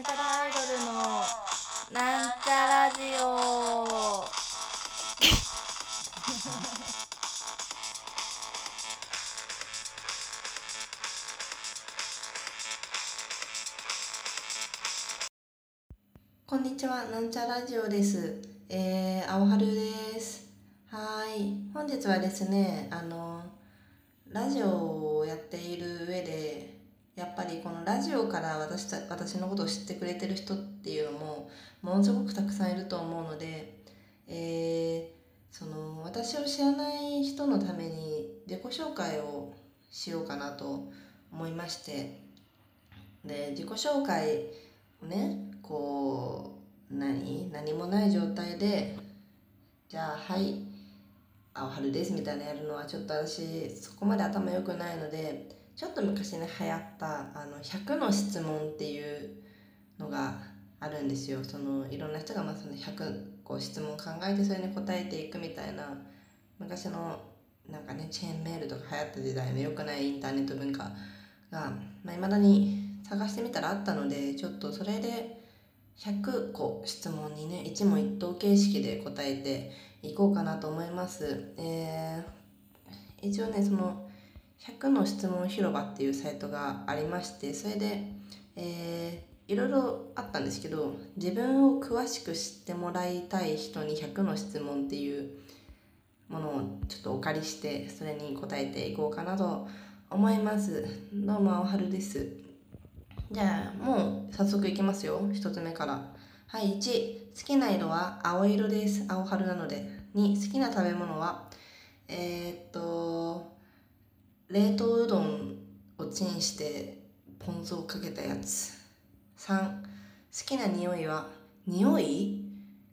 なんちゃらアイドルのなんちゃラジオ。 こんにちは、なんちゃラジオです。青春です。本日はですね、ラジオをやっている上で、やっぱりこのラジオから私のことを知ってくれてる人っていうのもものすごくたくさんいると思うので、私を知らない人のために自己紹介をしようかなと思いまして、で自己紹介をね何もない状態でじゃあはい青春ですみたいなやるのはちょっと私そこまで頭良くないので、ちょっと昔ね流行った100の質問っていうのがあるんですよ。いろんな人がその100質問考えてそれに答えていくみたいな、昔のなんかねチェーンメールとか流行った時代の良くないインターネット文化が未だに探してみたらあったので、ちょっとそれで100個質問にね一問一答形式で答えていこうかなと思います。一応ねその100の質問広場っていうサイトがありまして、それで、いろいろあったんですけど、自分を詳しく知ってもらいたい人に100の質問っていうものをちょっとお借りして、それに答えていこうかなと思います。どうも青春です。じゃあもう早速いきますよ。1つ目から。はい。1、好きな色は青色です。青春なので。2、好きな食べ物は冷凍うどんをチンしてポン酢をかけたやつ。3、好きな匂いは匂い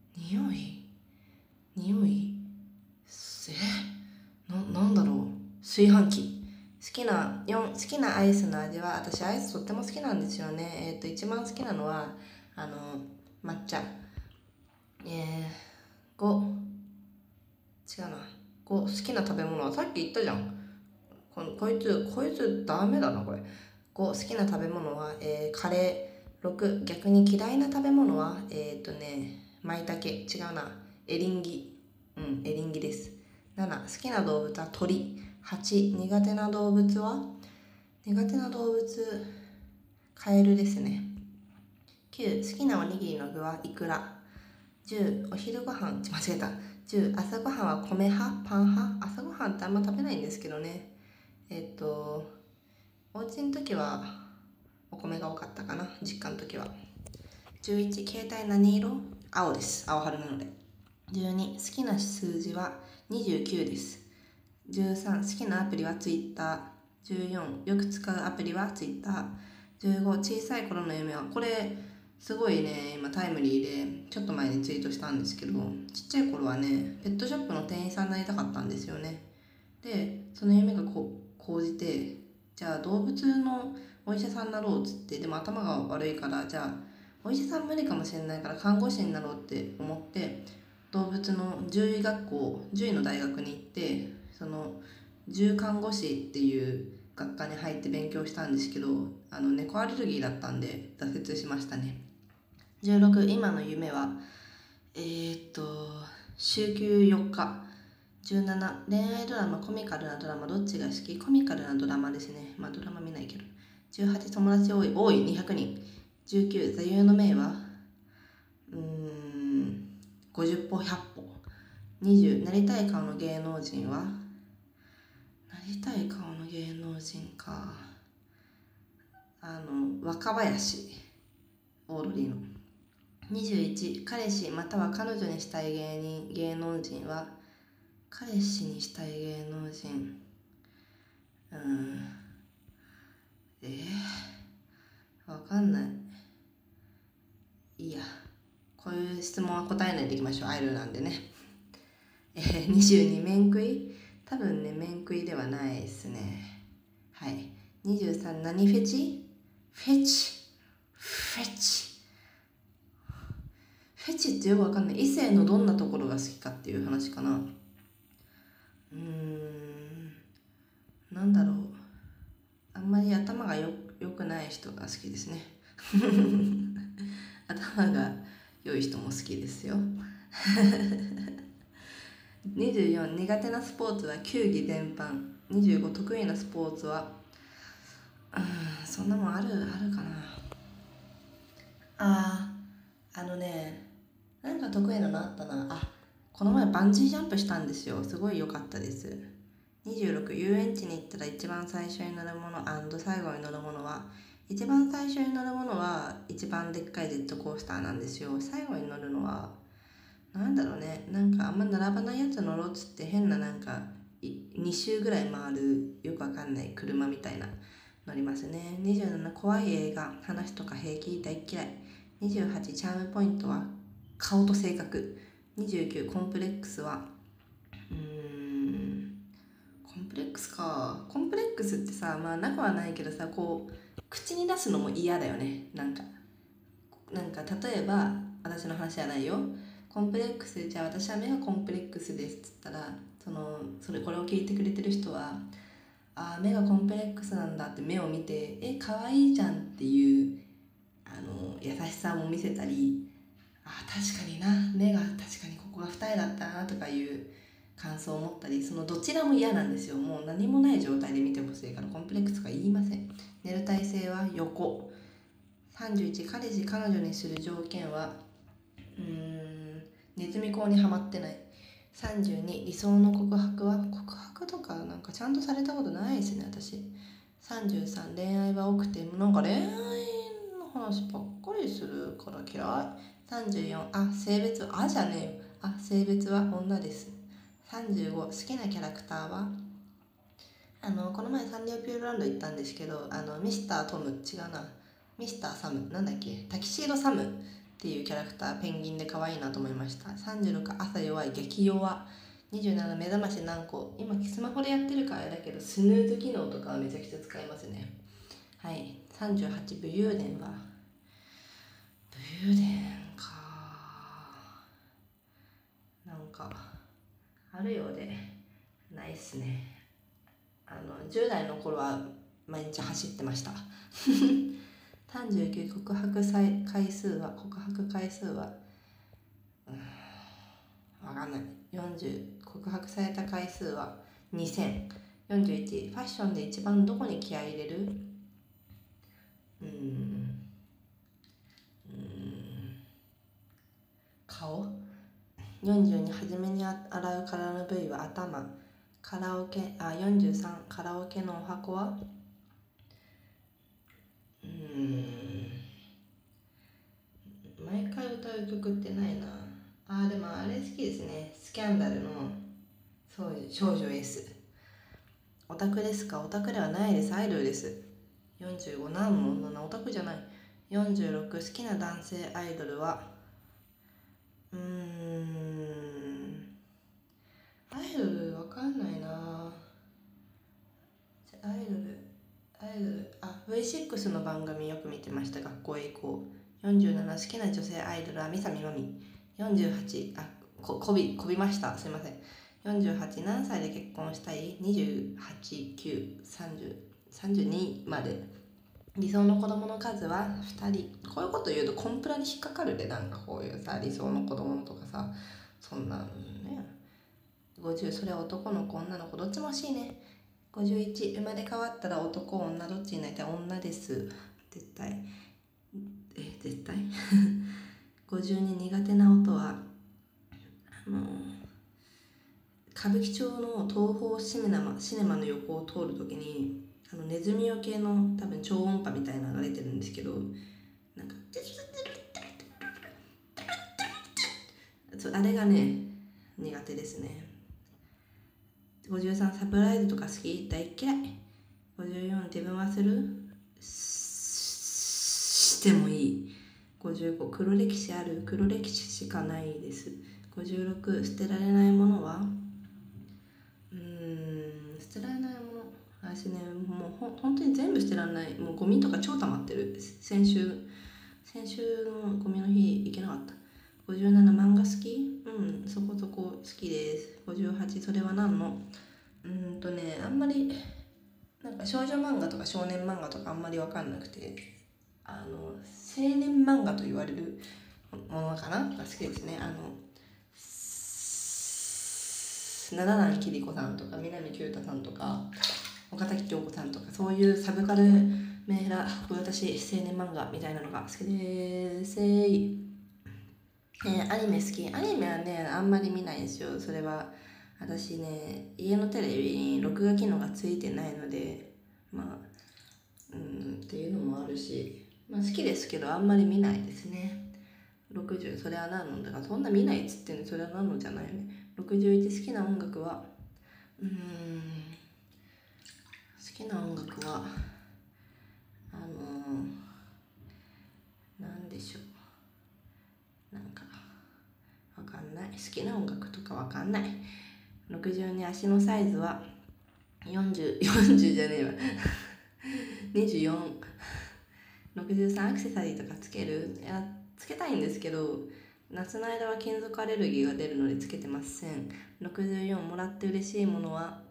なんだろう、炊飯器。4、好きなアイスの味は、私アイスとっても好きなんですよね。一番好きなのは抹茶。5、違うな。5、好きな食べ物はさっき言ったじゃん。こいつダメだなこれ。5、好きな食べ物は、カレー。6、逆に嫌いな食べ物は舞茸。違うな、エリンギ。エリンギです。7、好きな動物は鳥。8、苦手な動物カエルですね。9、好きなおにぎりの具はイクラ。10、お昼ご飯間違えた。10、朝ごはんは米派パン派。朝ごはんってあんま食べないんですけどね。お家の時はお米が多かったかな、実家の時は。11、携帯何色？青です。青春なので。12、好きな数字は29です。13、好きなアプリは Twitter。14、よく使うアプリは Twitter。15、小さい頃の夢は、これすごいね今タイムリーでちょっと前にツイートしたんですけど、ちっちゃい頃はねペットショップの店員さんになりたかったんですよね。でその夢が高じて、じゃあ動物のお医者さんになろうっつって、でも頭が悪いから、じゃあお医者さん無理かもしれないから看護師になろうって思って、動物の獣医の大学に行って、その獣看護師っていう学科に入って勉強したんですけど、猫アレルギーだったんで挫折しましたね。16、今の夢は週休4日。17、恋愛ドラマコミカルなドラマどっちが好き？コミカルなドラマですね。まあドラマ見ないけど。18、友達多い200人。19、座右の銘は50歩100歩。20、なりたい顔の芸能人は、なりたい顔の芸能人か、若林オードリーの。21、彼氏または彼女にしたい芸能人は、彼氏にしたい芸能人、わかんない。いいや、こういう質問は答えないでいきましょう。アイドルなんでね。22、面食い。多分ね面食いではないですね。はい。23、何フェチ？フェチってよくわかんない。異性のどんなところが好きかっていう話かな。なんだろう、あんまり頭がよくない人が好きですね。 頭が良い人も好きですよ。24苦手なスポーツは球技全般。25得意なスポーツはそんなもんあるかな。なんか得意なのあったな。この前バンジージャンプしたんですよ。すごい良かったです。26遊園地に行ったら一番最初に乗るもの最後に乗るものは、一番最初に乗るものは一番でっかいジェットコースターなんですよ。最後に乗るのはなんだろうね、なんかあんま並ばないやつ乗ろうっつって変ななんか2周ぐらい回るよくわかんない車みたいな乗りますね。27怖い映画話とか平気大嫌い。28チャームポイントは顔と性格。29コンプレックスはコンプレックスか。コンプレックスってさ、まあなくはないけどさ、こう口に出すのも嫌だよね。なんか例えば私の話じゃないよ。コンプレックス、じゃあ私は目がコンプレックスですっつったら、これを聞いてくれてる人は目がコンプレックスなんだって目を見て可愛いじゃんっていう優しさも見せたり、確かにな、目が確かにここが二重だったなとかいう感想を持ったり、そのどちらも嫌なんですよ。もう何もない状態で見てほしいからコンプレックスとか言いません。寝る体勢は横。31彼氏彼女にする条件はネズミ講にはまってない。32理想の告白は、告白とかなんかちゃんとされたことないですね私。33恋愛は多くてなんか恋愛の話ばっかりするから嫌い。34性別じゃねえよ。性別は女です。35好きなキャラクターはこの前サンリオピューロランド行ったんですけどミスタートム違うなミスターサムなんだっけタキシードサムっていうキャラクターペンギンで可愛いなと思いました。36朝弱い激弱。27目覚まし何個。今スマホでやってるからあれだけどスヌーズ機能とかはめちゃくちゃ使いますね。はい。38武勇伝は武勇伝かなんかあるようでないっすね。10代の頃は毎日走ってました39告白回数はわかんない。40告白された回数は2000。41ファッションで一番どこに気合い入れる？顔。42初めに洗う体の部位は頭。43カラオケのお箱は毎回歌う曲ってないな。でもあれ好きですね。スキャンダルの少女 S。オタクですか？オタクではないです。アイドルです。45何の女のオタクじゃない。46好きな男性アイドルはアイドルわかんないな。アイドルV6 の番組よく見てました。学校へ行こう。47好きな女性アイドルはミサミマミ。48こびました、すいません。48何歳で結婚したい？28、9、30、32まで。理想の子供の数は2人。こういうこと言うとコンプラに引っかかるで、なんかこういうさ理想の子供とかさ、そんなんね。50それは男の子女の子どっちも欲しいね。51生まれ変わったら男女どっちになりたい？女です、絶対。絶対52苦手な音は歌舞伎町の東宝シネマの横を通るときにネズミよけの多分超音波みたいなのが出てるんですけど、なんかあれがね苦手ですね。53サプライズとか好き？大嫌い。54自分はする？してもいい。55黒歴史ある？黒歴史しかないです。56捨てられないものは捨てられないもの、私ねもう本当に全部捨てられない。もうゴミとか超溜まってる。先週のゴミの日行けなかった。57漫画好き？そこそこ好きです。58それは何の？あんまりなんか少女漫画とか少年漫画とかあんまり分かんなくて、 青年漫画と言われるものかなが好きですね。七段桐子さんとか南九太さんとか岡崎京子さんとか、そういうサブカルメーラー、私青年漫画みたいなのが好きです。アニメ好き。アニメはねあんまり見ないんですよ。それは私ね、家のテレビに録画機能がついてないので、っていうのもあるし、好きですけどあんまり見ないですね。60、それは何のだから、そんな見ないっつってんの、それは何のじゃないよね。61、好きな音楽は好きな音楽はなんでしょう、なんかわかんない。好きな音楽とかわかんない。62、足のサイズは40じゃねえわ24。63、アクセサリーとかつける？いや、つけたいんですけど、夏の間は金属アレルギーが出るのでつけてません。64、もらって嬉しいものは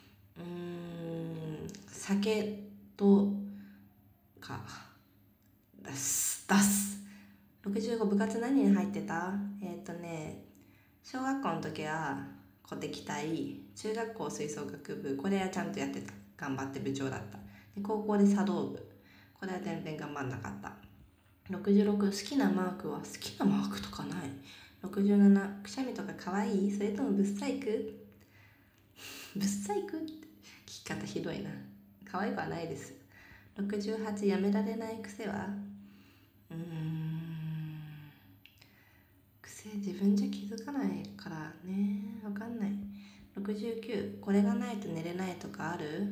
酒とか出す。65、部活何に入ってた？小学校の時は鼓笛隊、中学校吹奏楽部、これはちゃんとやってた、頑張って部長だった。で高校で茶道部、これは全然頑張んなかった。66、好きなマークは、好きなマークとかない。67、くしゃみとか可愛い？それともブッサイク？ブッサイクって聞き方ひどいな。可愛くはないです。68、やめられない癖は？癖自分じゃ気づかないからね、わかんない。69、これがないと寝れないとかある？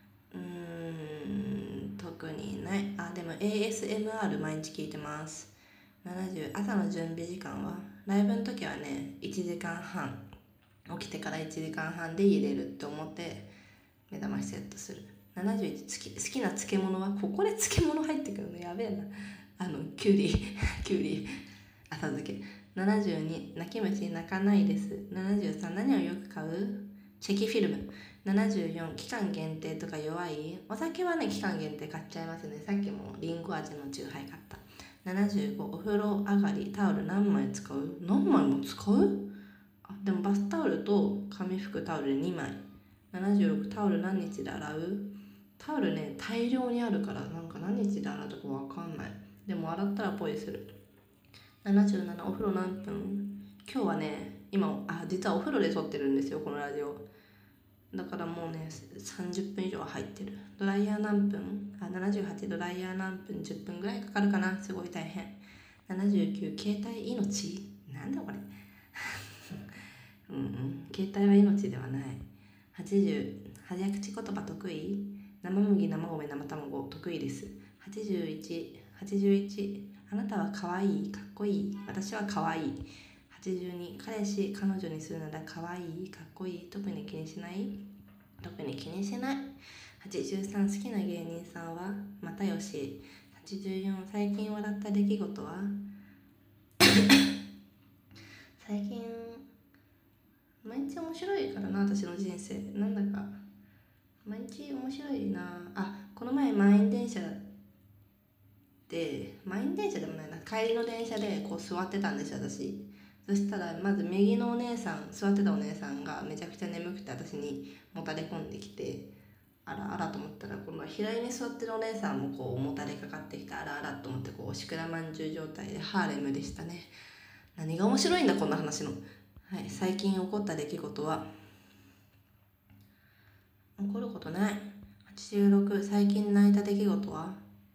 特にない。でも ASMR 毎日聞いてます。70、朝の準備時間は？ライブの時はね、1時間半、起きてから1時間半で入れるって思って目覚ましセットする。71、好きな漬物は？ここで漬物入ってくるのやべえな。きゅうり浅漬け。72、泣き虫泣かないです。73、何をよく買う？チェキフィルム。74、期間限定とか弱い？お酒はね、期間限定買っちゃいますね。さっきもリンゴ味のチューハイ買った。75、お風呂上がりタオル何枚使う？何枚も使う？でもバスタオルと紙拭くタオルで2枚。76、タオル何日で洗う？タオルね、大量にあるからなんか何日で洗うとかわかんない。でも洗ったらポイする。77、お風呂何分？今日はね、今実はお風呂で撮ってるんですよ、このラジオだから。もうね30分以上は入ってる。ドライヤー何分？78、ドライヤー何分？10分ぐらいかかるかな。すごい大変。79、携帯命？なんだこれ携帯は命ではない。80、早口言葉得意？生麦、生米、生卵得意です。81、あなたは可愛い？かっこいい？私は可愛い。82、彼氏彼女にするなら可愛い？かっこいい？特に気にしない？特に気にしない。83、好きな芸人さんは？又吉。84、最近笑った出来事は？最近毎日面白いからな、私の人生。なんだか毎日面白いな。この前満員電車でもないな、帰りの電車でこう座ってたんですよ、私。そしたらまず右のお姉さん、座ってたお姉さんがめちゃくちゃ眠くて私にもたれ込んできて、あらあらと思ったら、この左に座ってるお姉さんもこうもたれかかってきて、あらあらと思って、こうシクラまんじゅう状態でハーレムでしたね。何が面白いんだこんな話の。はい、最近起こった出来事は？起こることない。86、最近泣いた出来事は？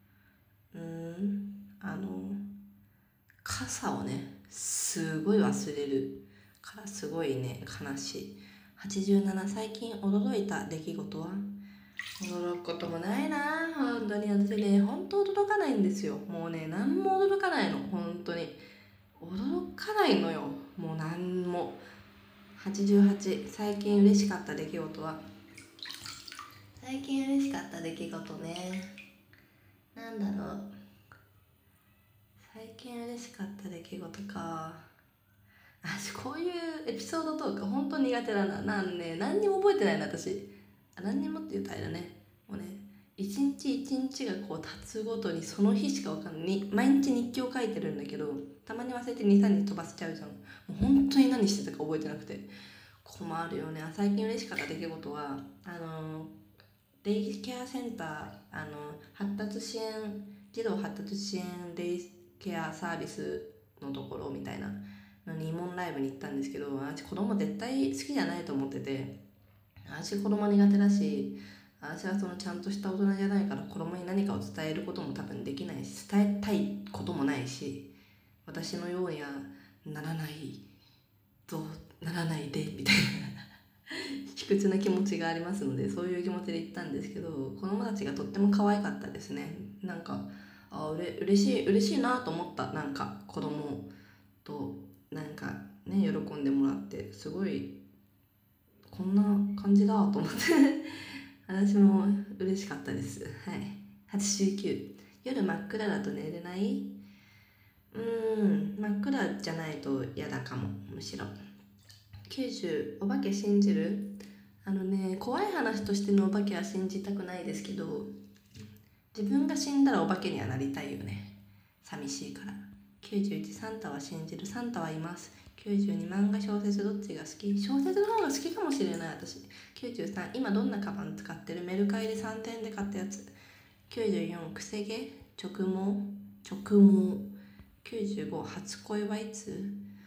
傘をねすごい忘れるからすごいね悲しい。87、最近驚いた出来事は？驚くこともないな、本当に。私ね、本当驚かないんですよ。もうね、何も驚かないの、本当に驚かないのよ、もう何も。88、最近嬉しかった出来事は？最近嬉しかった出来事ね、なんだろう。最近嬉しかった出来事か。こういうエピソードトーク本当に苦手だな。何にも覚えてないな私。何にもって言うとあれだね。もうね、 一日一日がこう経つごとにその日しか分かんない。毎日日記を書いてるんだけど、たまに忘れて 2,3 日飛ばせちゃうじゃん。もう本当に何してたか覚えてなくて困るよね。最近嬉しかった出来事はデイケアセンター、児童発達支援デイケアサービスのところみたいなのに慰問ライブに行ったんですけど、私子供絶対好きじゃないと思ってて、私子供苦手だし、私はそのちゃんとした大人じゃないから子供に何かを伝えることも多分できないし、伝えたいこともないし、私のようにはならないでみたいな卑屈な気持ちがありますので、そういう気持ちで行ったんですけど、子供たちがとっても可愛かったですね。なんか嬉しいなと思った。なんか子供となんかね喜んでもらって、すごいこんな感じだと思って私も嬉しかったです。はい。89、夜真っ暗だと寝れない。真っ暗じゃないと嫌だかも。むしろ90、お化け信じる？怖い話としてのお化けは信じたくないですけど、自分が死んだらお化けにはなりたいよね。寂しいから。91、サンタは信じる。サンタはいます。92、漫画小説どっちが好き？小説の方が好きかもしれない私。93、今どんなカバン使ってる？メルカリで3点で買ったやつ。94、くせ毛？直毛。95、初恋はいつ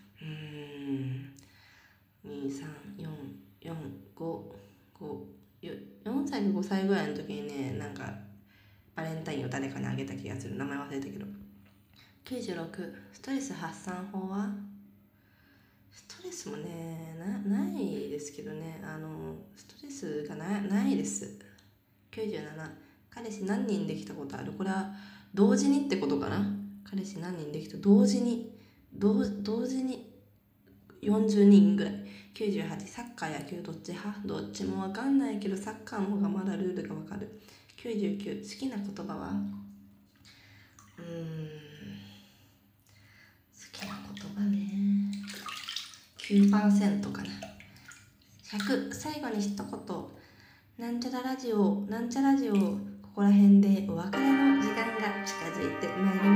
？2、3、4、4歳か5歳ぐらいの時にね、なんかバレンタインを誰かにあげた気がする。名前忘れたけど。96、ストレス発散法は？ストレスもねないですけどね、ストレスがないです。97、彼氏何人できたことある？これは同時にってことかな。彼氏何人できた？同時に40人ぐらい。98、サッカー野球どっち派？どっちも分かんないけどサッカーの方がまだルールが分かる。99、好きな言葉は？好きな言葉ね、9% かな。100、最後に一言。なんちゃらラジオ、ここら辺でお別れの時間が近づいてまいりました。